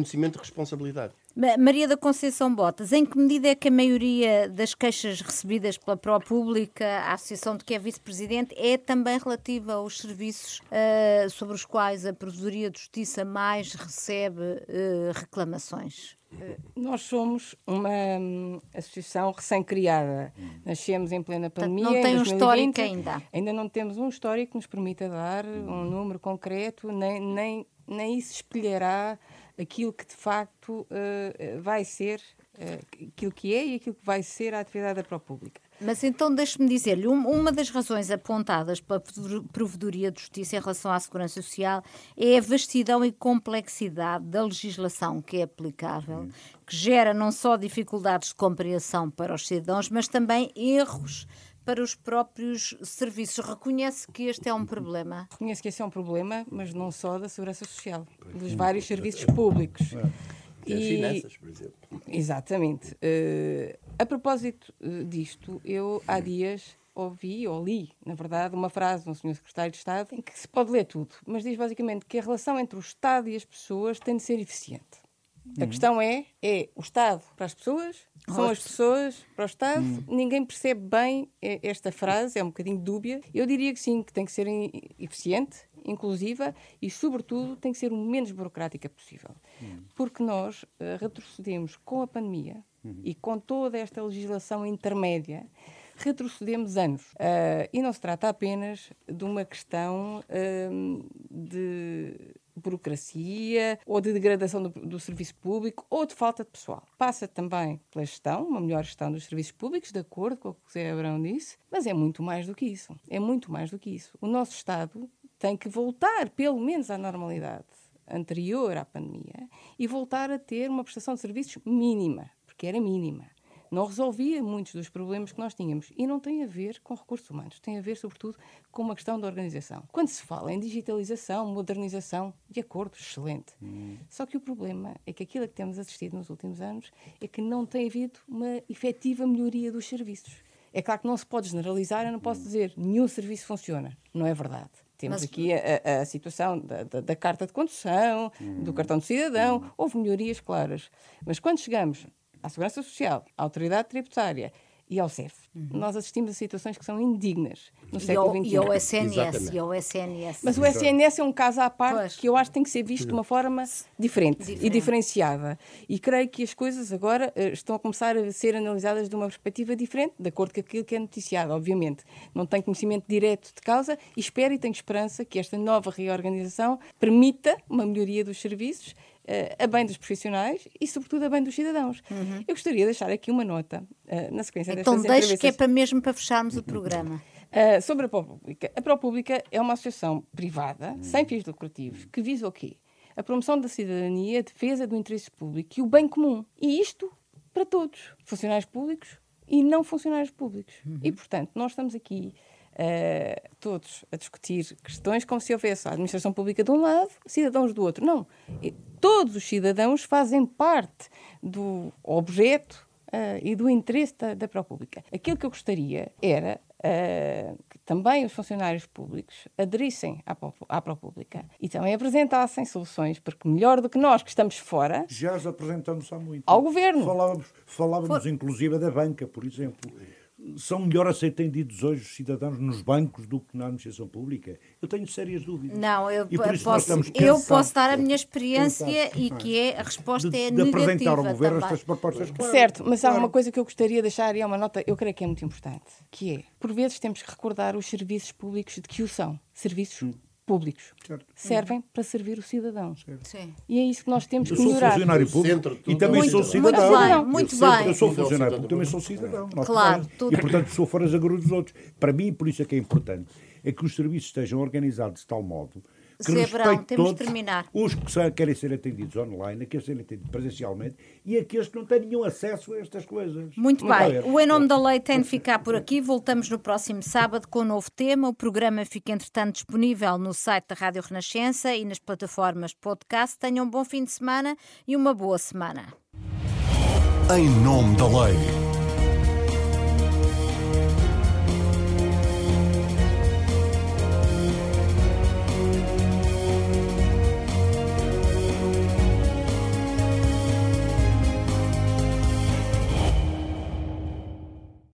reconhecimento de responsabilidade. Maria da Conceição Botas, em que medida é que a maioria das queixas recebidas pela ProPublica, a associação de que é vice-presidente, é também relativa aos serviços uh, sobre os quais a Provedoria de Justiça mais recebe uh, reclamações? Nós somos uma hum, associação recém-criada. Nascemos em plena pandemia. Portanto, não tem em um histórico dois mil e vinte. ainda. Ainda não temos um histórico que nos permita dar um número concreto, nem, nem, nem isso espelhará aquilo que de facto uh, vai ser, uh, aquilo que é e aquilo que vai ser a atividade da ProPublica. Mas então deixe-me dizer-lhe, uma das razões apontadas pela Provedoria de Justiça em relação à Segurança Social é a vastidão e complexidade da legislação que é aplicável, hum. que gera não só dificuldades de compreensão para os cidadãos, mas também erros para os próprios serviços. Reconhece que este é um problema? Reconheço que esse é um problema, mas não só da Segurança Social, dos vários serviços públicos. E as finanças, por exemplo. Exatamente. Uh, a propósito uh, disto, eu há dias ouvi, ou li, na verdade, uma frase de um senhor secretário de Estado em que se pode ler tudo, mas diz basicamente que a relação entre o Estado e as pessoas tem de ser eficiente. A questão é, é o Estado para as pessoas, são as pessoas para o Estado. Hum. Ninguém percebe bem esta frase, é um bocadinho dúbia. Eu diria que sim, que tem que ser eficiente, inclusiva e, sobretudo, tem que ser o menos burocrática possível. Hum. Porque nós uh, retrocedemos com a pandemia hum. e com toda esta legislação intermédia, retrocedemos anos. Uh, e não se trata apenas de uma questão uh, de burocracia ou de degradação do, do serviço público ou de falta de pessoal. Passa também pela gestão, uma melhor gestão dos serviços públicos, de acordo com o que o José Abrão disse, mas é muito mais do que isso. É muito mais do que isso. O nosso Estado tem que voltar, pelo menos, à normalidade anterior à pandemia e voltar a ter uma prestação de serviços mínima, porque era mínima. Não resolvia muitos dos problemas que nós tínhamos. E não tem a ver com recursos humanos, tem a ver, sobretudo, com uma questão da organização. Quando se fala em digitalização, modernização, de acordo, excelente. Hum. Só que o problema é que aquilo a que temos assistido nos últimos anos é que não tem havido uma efetiva melhoria dos serviços. É claro que não se pode generalizar, eu não posso dizer nenhum serviço funciona. Não é verdade. Temos Mas... aqui a, a situação da, da, da carta de condução, hum. do cartão de cidadão, hum. houve melhorias claras. Mas quando chegamos à Segurança Social, à Autoridade Tributária e ao C E F. Uhum. Nós assistimos a situações que são indignas no século vinte e um. E ao S N S. E ao S N S. Mas o S N S é um caso à parte pois. que eu acho que tem que ser visto de uma forma diferente, diferente e diferenciada. E creio que as coisas agora uh, estão a começar a ser analisadas de uma perspectiva diferente, de acordo com aquilo que é noticiado, obviamente. Não tenho conhecimento direto de causa e espero e tenho esperança que esta nova reorganização permita uma melhoria dos serviços a bem dos profissionais e, sobretudo, a bem dos cidadãos. Uhum. Eu gostaria de deixar aqui uma nota uh, na sequência então destas deixe entrevistas. Que é para mesmo para fecharmos o programa. Uh, sobre a ProPublica. A ProPublica é uma associação privada, uhum. sem fins lucrativos, que visa o quê? A promoção da cidadania, a defesa do interesse público e o bem comum. E isto para todos, funcionários públicos e não funcionários públicos. Uhum. E, portanto, nós estamos aqui Uh, todos a discutir questões como se houvesse a administração pública de um lado, cidadãos do outro. Não. E todos os cidadãos fazem parte do objeto uh, e do interesse da, da ProPublica. Aquilo que eu gostaria era uh, que também os funcionários públicos aderissem à, à ProPublica e também apresentassem soluções, porque melhor do que nós que estamos fora... Já as apresentamos há muito. Ao governo. Falávamos, falávamos For... inclusive da banca, por exemplo. São melhor atendidos hoje os cidadãos nos bancos do que na administração pública? Eu tenho sérias dúvidas. Não, eu, posso, eu posso dar a minha experiência cansados, e que é, a resposta de, é de negativa apresentar ao governo também. estas propostas. Claro, certo, mas claro. Há uma coisa que eu gostaria de deixar e é uma nota, eu creio que é muito importante, que é, por vezes temos que recordar os serviços públicos de que o são. Serviços hum. públicos. Certo. Servem hum. para servir o cidadão. Sim. E é isso que nós temos eu que melhorar. Eu sou funcionário público e também muito, sou cidadão. Muito bem, muito eu, bem. Sempre, eu sou funcionário público, também sou cidadão. Claro. Tudo. E, portanto, sou fora da gruda dos outros. Para mim, por isso é que é importante, é que os serviços estejam organizados de tal modo que Zebrão, temos todos de terminar. Os que querem ser atendidos online, aqueles que querem ser atendidos presencialmente e aqueles que não têm nenhum acesso a estas coisas. Muito não bem. O Em Nome da Lei tem de ficar por aqui. Voltamos no próximo sábado com um novo tema. O programa fica, entretanto, disponível no site da Rádio Renascença e nas plataformas de podcast. Tenham um bom fim de semana e uma boa semana. Em Nome da Lei.